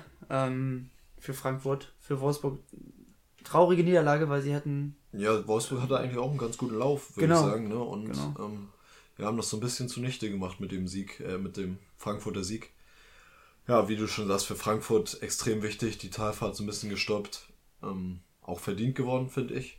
für Frankfurt, für Wolfsburg. Traurige Niederlage, weil sie hätten... Ja, Wolfsburg hatte eigentlich auch einen ganz guten Lauf, würde ich sagen. Ne? Und wir haben das so ein bisschen zunichte gemacht mit dem Sieg, mit dem Frankfurter Sieg. Ja, wie du schon sagst, für Frankfurt extrem wichtig, die Talfahrt so ein bisschen gestoppt. Auch verdient geworden, finde ich.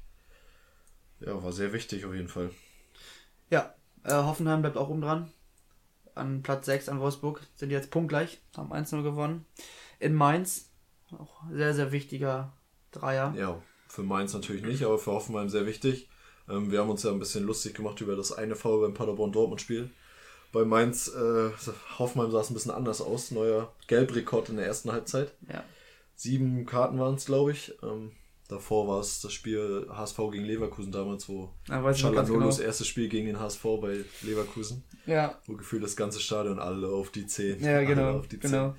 Ja, war sehr wichtig auf jeden Fall. Ja, Hoffenheim bleibt auch oben dran. An Platz 6 an Wolfsburg. Sind jetzt punktgleich, haben 1-0 gewonnen. In Mainz, auch sehr, sehr wichtiger Dreier. Ja, für Mainz natürlich nicht, aber für Hoffenheim sehr wichtig. Wir haben uns ja ein bisschen lustig gemacht über das eine Foul beim Paderborn-Dortmund-Spiel. Bei Mainz, Hoffenheim sah es ein bisschen anders aus. Neuer Gelbrekord in der ersten Halbzeit. Ja. 7 Karten waren es, glaube ich. Davor war es das Spiel HSV gegen Leverkusen damals, wo Çalhanoğlu's erstes Spiel gegen den HSV bei Leverkusen. Ja. Wo gefühlt das ganze Stadion alle auf die 10. Ja, genau. Auf die 10.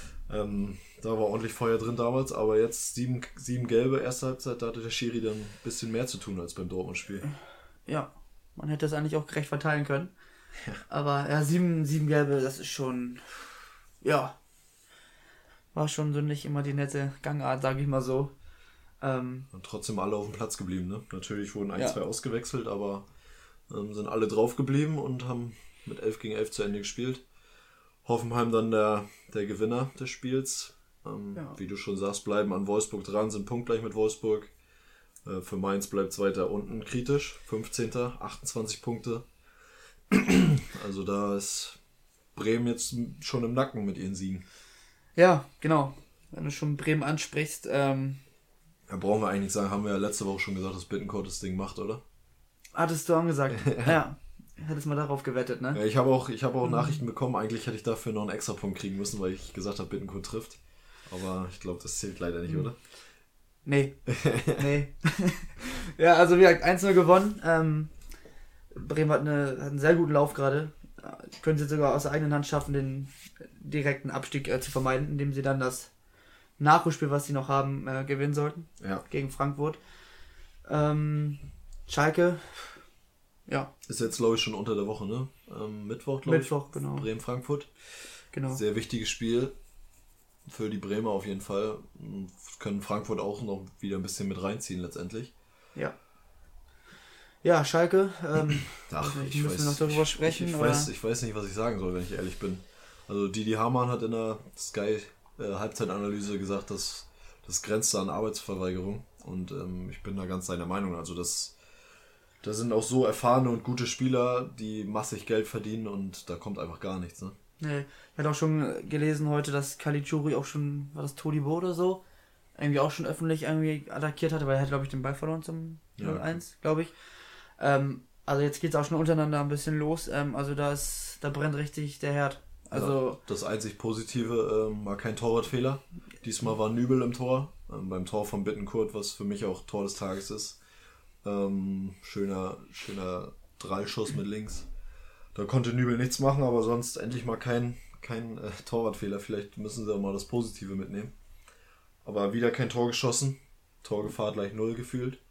Da war ordentlich Feuer drin damals, aber jetzt 7 gelbe erste Halbzeit, da hatte der Schiri dann ein bisschen mehr zu tun als beim Dortmund-Spiel. Ja, man hätte es eigentlich auch gerecht verteilen können. Ja. Aber ja, 7 gelbe, das ist schon, ja, war schon so nicht immer die nette Gangart, sage ich mal so. Und trotzdem alle auf dem Platz geblieben, ne? Natürlich wurden 1-2 ausgewechselt, aber sind alle drauf geblieben und haben mit 11 gegen 11 zu Ende gespielt. Hoffenheim dann der Gewinner des Spiels. Wie du schon sagst, bleiben an Wolfsburg dran, sind punktgleich mit Wolfsburg. Für Mainz bleibt es weiter unten kritisch. 15. 28 Punkte. Also da ist Bremen jetzt schon im Nacken mit ihren Siegen. Ja, genau. Wenn du schon Bremen ansprichst, Ja, brauchen wir eigentlich nicht sagen, haben wir ja letzte Woche schon gesagt, dass Bittencourt das Ding macht, oder? Hattest du angesagt. Ja. Hättest mal darauf gewettet, ne? Ja, ich habe auch Nachrichten bekommen, eigentlich hätte ich dafür noch einen extra Punkt kriegen müssen, weil ich gesagt habe, Bittencourt trifft. Aber ich glaube, das zählt leider nicht, oder? Nee. Nee. Ja, also wie gesagt, 1-0 gewonnen. Bremen hat einen sehr guten Lauf gerade. Können sie sogar aus der eigenen Hand schaffen, den direkten Abstieg zu vermeiden, indem sie dann das Nachholspiel, was sie noch haben, gewinnen sollten. Ja. Gegen Frankfurt. Schalke, ja. Ist jetzt, glaube ich, schon unter der Woche, ne? Mittwoch, glaube ich. Mittwoch, genau. Bremen-Frankfurt. Genau. Sehr wichtiges Spiel für die Bremer auf jeden Fall. Können Frankfurt auch noch wieder ein bisschen mit reinziehen letztendlich. Ja. Ja, Schalke. Müssen wir noch darüber sprechen? Ich weiß nicht, was ich sagen soll, wenn ich ehrlich bin. Also Didi Hamann hat in der Sky Halbzeitanalyse gesagt, dass das grenzt an Arbeitsverweigerung. Und ich bin da ganz seiner Meinung. Also da sind auch so erfahrene und gute Spieler, die massig Geld verdienen und da kommt einfach gar nichts. Ne? Nee, ich hatte auch schon gelesen heute, dass Caligiuri auch schon, war das Todibo oder so, irgendwie auch schon öffentlich irgendwie attackiert hatte, weil er hat, glaube ich, den Ball verloren zum 0-1, glaube ich. Also jetzt geht es auch schon untereinander ein bisschen los. Also da brennt richtig der Herd. Also ja, das einzig Positive war kein Torwartfehler. Diesmal war Nübel im Tor. Beim Tor von Bittencourt, was für mich auch Tor des Tages ist. Schöner Dreischuss mit links. Da konnte Nübel nichts machen, aber sonst endlich mal kein Torwartfehler. Vielleicht müssen sie auch mal das Positive mitnehmen. Aber wieder kein Tor geschossen. Torgefahr gleich 0 gefühlt.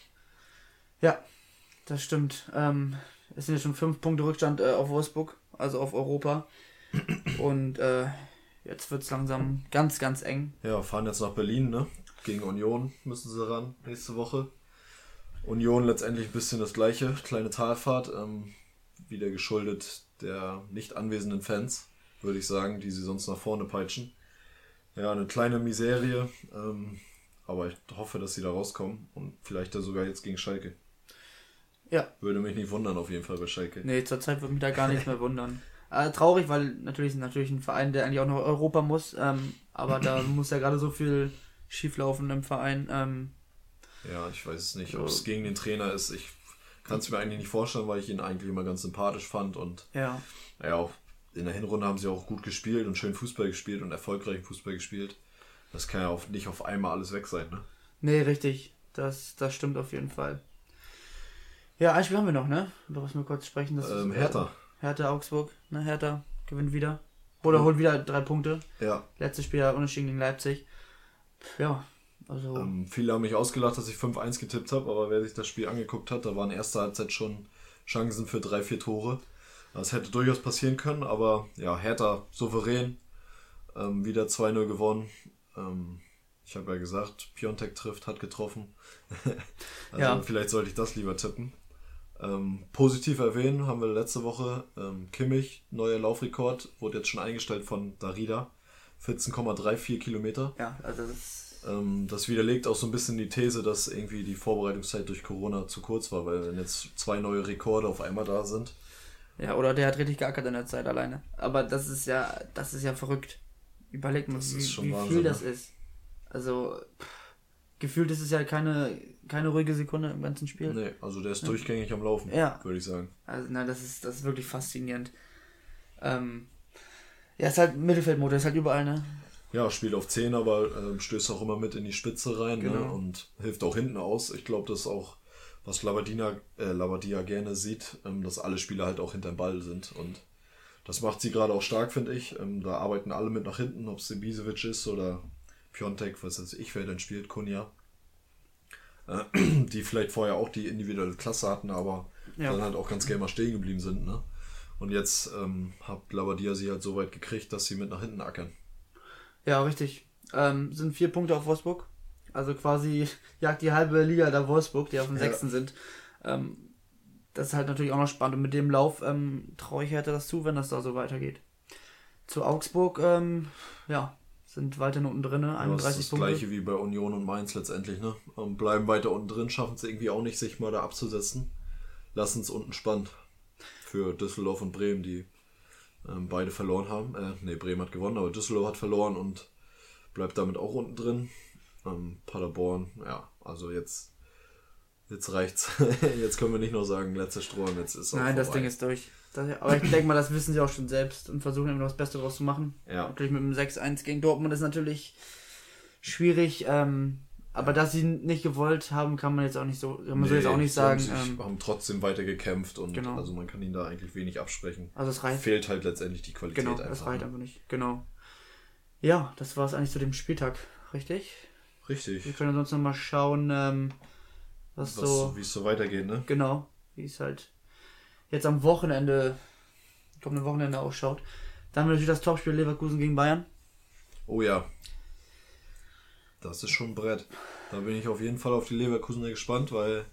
Ja, das stimmt. Es sind ja schon 5 Punkte Rückstand auf Wolfsburg, also auf Europa. Und jetzt wird es langsam ganz, ganz eng. Ja, fahren jetzt nach Berlin, ne? Gegen Union müssen sie ran nächste Woche. Union letztendlich ein bisschen das gleiche, kleine Talfahrt, wieder geschuldet der nicht anwesenden Fans, würde ich sagen, die sie sonst nach vorne peitschen. Ja, eine kleine Miserie, aber ich hoffe, dass sie da rauskommen und vielleicht da sogar jetzt gegen Schalke. Ja. Würde mich nicht wundern auf jeden Fall bei Schalke. Nee, zurzeit würde mich da gar nichts mehr wundern. Traurig, weil natürlich ein Verein, der eigentlich auch noch Europa muss, aber da muss ja gerade so viel schieflaufen im Verein. Ja, ich weiß es nicht, ob es gegen den Trainer ist. Ich kann es mir eigentlich nicht vorstellen, weil ich ihn eigentlich immer ganz sympathisch fand. Und ja, auch in der Hinrunde haben sie auch gut gespielt und schön Fußball gespielt und erfolgreich Fußball gespielt. Das kann ja nicht auf einmal alles weg sein, ne? Nee, richtig. Das stimmt auf jeden Fall. Ja, ein Spiel haben wir noch, ne? Über was wir kurz sprechen. Das ist, Hertha. Hertha Augsburg. Ne, Hertha gewinnt wieder. Oder holt wieder 3 Punkte. Ja. Letztes Spiel unentschieden gegen Leipzig. Ja. Also viele haben mich ausgelacht, dass ich 5-1 getippt habe, aber wer sich das Spiel angeguckt hat, da waren in erster Halbzeit schon Chancen für 3-4 Tore. Das hätte durchaus passieren können, aber ja, Hertha souverän, wieder 2-0 gewonnen. Ich habe ja gesagt, Piontek trifft, hat getroffen. Vielleicht sollte ich das lieber tippen. Positiv erwähnen haben wir letzte Woche Kimmich, neuer Laufrekord, wurde jetzt schon eingestellt von Darida, 14,34 Kilometer. Ja, also das widerlegt auch so ein bisschen die These, dass irgendwie die Vorbereitungszeit durch Corona zu kurz war, weil wenn jetzt 2 neue Rekorde auf einmal da sind. Ja, oder der hat richtig geackert in der Zeit alleine. Aber das ist ja verrückt. Überlegt mal, wie Wahnsinn, viel das ist. Also, gefühlt ist es ja keine ruhige Sekunde im ganzen Spiel. Nee, also der ist durchgängig am Laufen, würde ich sagen. Also, nein, das ist wirklich faszinierend. Ist halt Mittelfeldmotor, ist halt überall, ne? Ja, spielt auf 10, aber stößt auch immer mit in die Spitze rein, genau. Ne? Und hilft auch hinten aus. Ich glaube, das ist auch, was Labadia gerne sieht, dass alle Spieler halt auch hinterm Ball sind. Und das macht sie gerade auch stark, finde ich. Da arbeiten alle mit nach hinten, ob es Ibisevic ist oder Piontek, was weiß ich, wer denn spielt, Konya. Die vielleicht vorher auch die individuelle Klasse hatten, aber dann halt auch ganz gerne mal stehen geblieben sind. Ne? Und jetzt hat Labadia sie halt so weit gekriegt, dass sie mit nach hinten ackern. Ja, richtig. Sind 4 Punkte auf Wolfsburg. Also quasi jagt die halbe Liga da Wolfsburg, die auf dem 6. sind. Das ist halt natürlich auch noch spannend. Und mit dem Lauf traue ich Hertha das zu, wenn das da so weitergeht. Zu Augsburg, sind weiter unten drin, 31 Punkte. Das ist das gleiche wie bei Union und Mainz letztendlich, ne? Bleiben weiter unten drin, schaffen es irgendwie auch nicht, sich mal da abzusetzen. Lassen es unten spannend. Für Düsseldorf und Bremen, die beide verloren haben. Bremen hat gewonnen, aber Düsseldorf hat verloren und bleibt damit auch unten drin. Paderborn, ja, also jetzt reicht's. Jetzt können wir nicht nur sagen, letzter Strohhalm, jetzt ist es Nein, das Ding ist durch. Aber ich denke mal, das wissen sie auch schon selbst und versuchen immer noch das Beste draus zu machen. Ja. Natürlich mit dem 6-1 gegen Dortmund ist natürlich schwierig, aber dass sie nicht gewollt haben, kann man jetzt auch nicht so, soll jetzt auch nicht sagen. Sie haben trotzdem weiter gekämpft und genau. Also man kann ihnen da eigentlich wenig absprechen. Also es reicht. Fehlt halt letztendlich die Qualität einfach. Genau, das reicht einfach nicht. Genau. Ja, das war es eigentlich zu dem Spieltag, richtig? Richtig. Wir können sonst nochmal schauen, wie es so weitergeht, ne? Genau, wie es halt jetzt am kommenden Wochenende ausschaut. Dann haben wir natürlich das Topspiel Leverkusen gegen Bayern. Oh ja. Das ist schon ein Brett. Da bin ich auf jeden Fall auf die Leverkusener gespannt, weil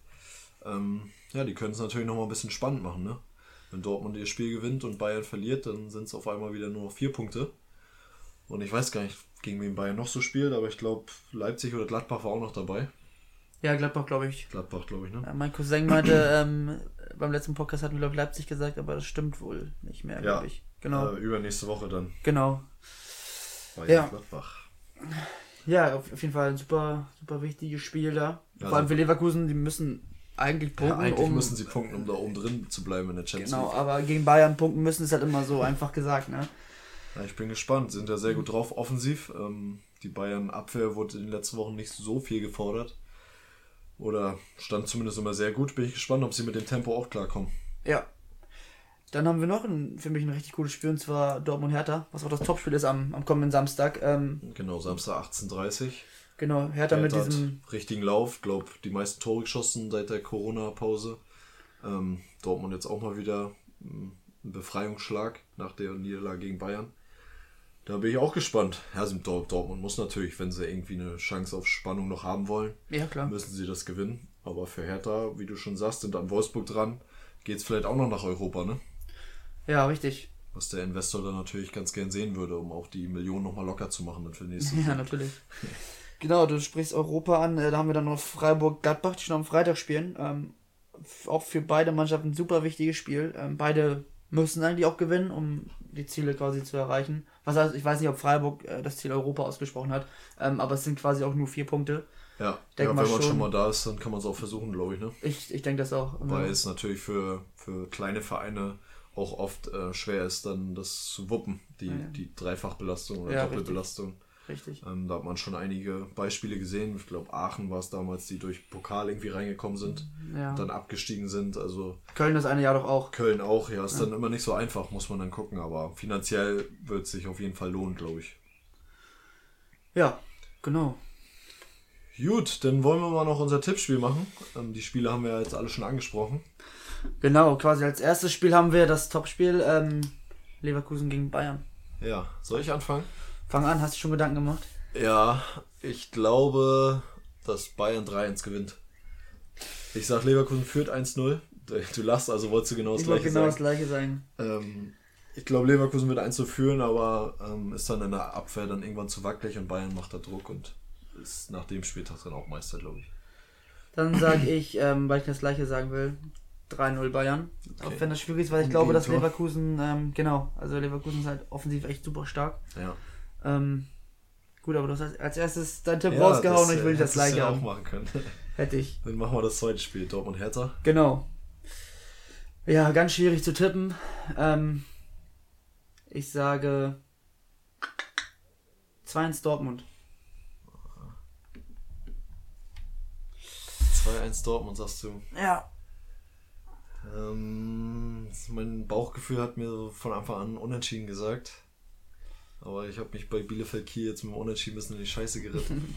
die können es natürlich nochmal ein bisschen spannend machen, ne? Wenn Dortmund ihr Spiel gewinnt und Bayern verliert, dann sind es auf einmal wieder nur noch 4 Punkte. Und ich weiß gar nicht, gegen wen Bayern noch so spielt, aber ich glaube, Leipzig oder Gladbach war auch noch dabei. Ja, Gladbach, glaube ich. Ne? Mein Cousin meinte, beim letzten Podcast hatten wir, glaube ich, Leipzig gesagt, aber das stimmt wohl nicht mehr, glaube ich. Genau. Übernächste Woche dann. Genau. Bayern, Gladbach. Ja, auf jeden Fall ein super, super wichtiges Spiel da. Vor allem für Leverkusen, die müssen eigentlich punkten. Ja, eigentlich müssen sie punkten, um da oben drin zu bleiben in der Champions League. Genau, aber gegen Bayern punkten müssen ist halt immer so einfach gesagt, ne? Ja, ich bin gespannt. Sind ja sehr gut drauf offensiv. Die Bayern-Abwehr wurde in den letzten Wochen nicht so viel gefordert. Oder stand zumindest immer sehr gut. Bin ich gespannt, ob sie mit dem Tempo auch klarkommen. Ja. Dann haben wir noch für mich ein richtig cooles Spiel, und zwar Dortmund-Hertha, was auch das Topspiel ist am kommenden Samstag. Genau, Samstag 18:30 Uhr. Genau, Hertha mit diesem richtigen Lauf, glaube die meisten Tore geschossen seit der Corona-Pause. Dortmund jetzt auch mal wieder ein Befreiungsschlag nach der Niederlage gegen Bayern. Da bin ich auch gespannt. Ja, Dortmund muss natürlich, wenn sie irgendwie eine Chance auf Spannung noch haben wollen, ja, klar, müssen sie das gewinnen. Aber für Hertha, wie du schon sagst, sind an Wolfsburg dran, geht es vielleicht auch noch nach Europa, ne? Ja, richtig. Was der Investor dann natürlich ganz gern sehen würde, um auch die Millionen nochmal locker zu machen dann für nächstes Jahr. Ja, natürlich. Genau, du sprichst Europa an, da haben wir dann noch Freiburg-Gladbach, die schon am Freitag spielen. Auch für beide Mannschaften ein super wichtiges Spiel. Beide müssen eigentlich auch gewinnen, um die Ziele quasi zu erreichen. Was heißt, ich weiß nicht, ob Freiburg das Ziel Europa ausgesprochen hat, aber es sind quasi auch nur 4 Punkte. Ja, wenn man schon mal da ist, dann kann man es auch versuchen, glaube ich, ne? Ich denke das auch. Weil es natürlich für kleine Vereine auch oft schwer ist, dann das zu wuppen, die Dreifachbelastung oder Doppelbelastung. Richtig. Da hat man schon einige Beispiele gesehen. Ich glaube, Aachen war es damals, die durch Pokal irgendwie reingekommen sind und dann abgestiegen sind. Also Köln das eine Jahr doch auch. Köln auch, ja. Ist dann immer nicht so einfach, muss man dann gucken. Aber finanziell wird es sich auf jeden Fall lohnen, glaube ich. Ja, genau. Gut, dann wollen wir mal noch unser Tippspiel machen. Die Spiele haben wir ja jetzt alle schon angesprochen. Genau, quasi als erstes Spiel haben wir das Topspiel Leverkusen gegen Bayern. Ja, soll ich anfangen? Fang an, hast du schon Gedanken gemacht? Ja, ich glaube, dass Bayern 3-1 gewinnt. Ich sag, Leverkusen führt 1-0. Du lachst, also wolltest du genau das Gleiche sagen. Ich wollte genau das Gleiche sagen. Ich glaube, Leverkusen wird 1-0 führen, aber ist dann in der Abwehr dann irgendwann zu wackelig und Bayern macht da Druck und ist nach dem Spieltag dann auch Meister, glaube ich. Dann sage ich, weil ich das Gleiche sagen will, 3-0 Bayern. Okay. Auch wenn das schwierig ist, weil ich glaube, dass Leverkusen, also Leverkusen ist halt offensiv echt super stark. Ja. Gut, aber du hast als erstes deinen Tipp rausgehauen und ich will das Gleiche auch machen können. Hätte ich. Dann machen wir das zweite Spiel, Dortmund-Hertha. Genau. Ja, ganz schwierig zu tippen. Ich sage 2-1 Dortmund. 2-1 Dortmund, sagst du? Ja. Mein Bauchgefühl hat mir von Anfang an unentschieden gesagt. Aber ich habe mich bei Bielefeld Kiel jetzt mit dem Unentschieden ein bisschen in die Scheiße geritten.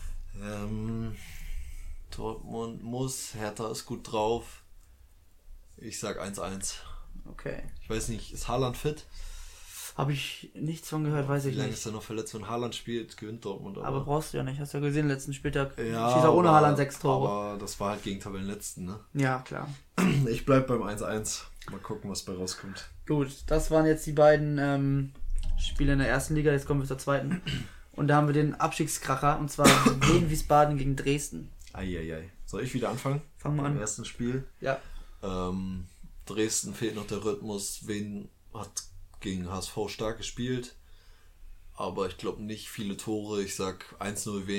Dortmund muss, Hertha ist gut drauf. Ich sag 1-1. Okay. Ich weiß nicht, ist Haaland fit? Habe ich nichts von gehört, weiß ich nicht. Wie lange ist er noch verletzt? Wenn Haaland spielt, gewinnt Dortmund. Aber brauchst du ja nicht, hast du ja gesehen, letzten Spieltag. Ja, schießt auch ohne Haaland 6 Tore. Aber das war halt gegen Tabellenletzten, ne? Ja, klar. Ich bleib beim 1-1. Mal gucken, was bei rauskommt. Gut, das waren jetzt die beiden Spiele in der ersten Liga, jetzt kommen wir zur zweiten. Und da haben wir den Abstiegskracher, und zwar Wien Wiesbaden gegen Dresden. Eieiei. Soll ich wieder anfangen? Fang mal an. Im ersten Spiel. Ja. Dresden fehlt noch der Rhythmus. Wien hat gegen HSV stark gespielt. Aber ich glaube nicht viele Tore. Ich sag 1-0 Wien.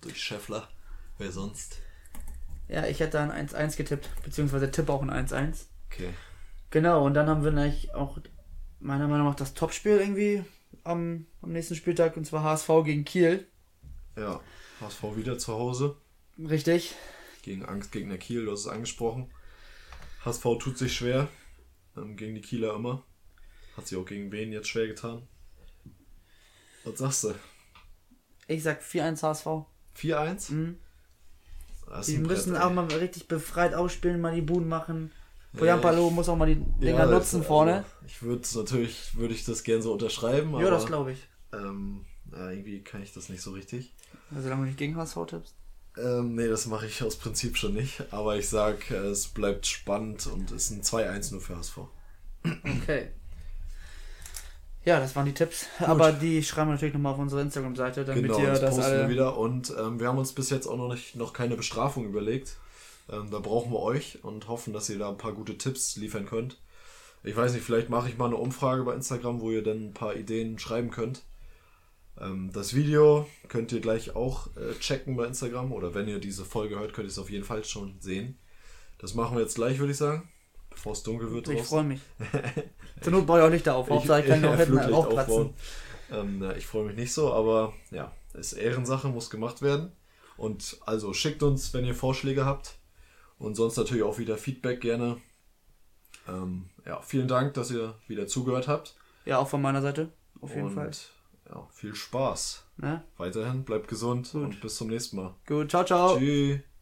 durch Scheffler. Wer sonst? Ja, ich hätte ein 1-1 getippt, beziehungsweise tippe auch ein 1-1. Okay. Genau, und dann haben wir nämlich auch meiner Meinung nach das Topspiel irgendwie am nächsten Spieltag, und zwar HSV gegen Kiel. Ja, HSV wieder zu Hause. Richtig. Gegen Angstgegner Kiel, du hast es angesprochen. HSV tut sich schwer. Gegen die Kieler immer. Hat sie auch gegen wen jetzt schwer getan? Was sagst du? Ich sag 4-1 HSV. 4-1? Mhm. Das ist Die ein müssen Brett, auch ey. mal richtig befreit ausspielen, mal die Buden machen. Ja, Bojan Palo muss auch mal die Dinger nutzen vorne. Würde ich das gerne so unterschreiben, Ja, aber das glaube ich. ja, irgendwie kann ich das nicht so richtig. Solange du nicht gegen HSV tippst. Nee, das mache ich aus Prinzip schon nicht, aber ich sag, es bleibt spannend und es ist ein 2-1 nur für HSV. Okay. Ja, das waren die Tipps. Aber die schreiben wir natürlich nochmal auf unsere Instagram-Seite, damit Genau, ihr das das posten wir alle... wieder und wir haben uns bis jetzt auch noch keine Bestrafung überlegt. Da brauchen wir euch und hoffen, dass ihr da ein paar gute Tipps liefern könnt. Ich weiß nicht, vielleicht mache ich mal eine Umfrage bei Instagram, wo ihr dann ein paar Ideen schreiben könnt. Das Video könnt ihr gleich auch checken bei Instagram oder wenn ihr diese Folge hört, könnt ihr es auf jeden Fall schon sehen. Das machen wir jetzt gleich, würde ich sagen, bevor es dunkel wird. Ich freue mich. Zur Not baue ich auch Lichter auf. Hauptsache ich kann noch hinten Flutlicht aufplatzen. Ich freue mich nicht so, aber ja, ist Ehrensache, muss gemacht werden. Und also schickt uns, wenn ihr Vorschläge habt. Und sonst natürlich auch wieder Feedback gerne. Ja, vielen Dank, dass ihr wieder zugehört habt. Ja, auch von meiner Seite. Auf jeden Fall. Ja, viel Spaß. Ne? Weiterhin, bleibt gesund Gut. und bis zum nächsten Mal. Gut, ciao, ciao. Tschüss.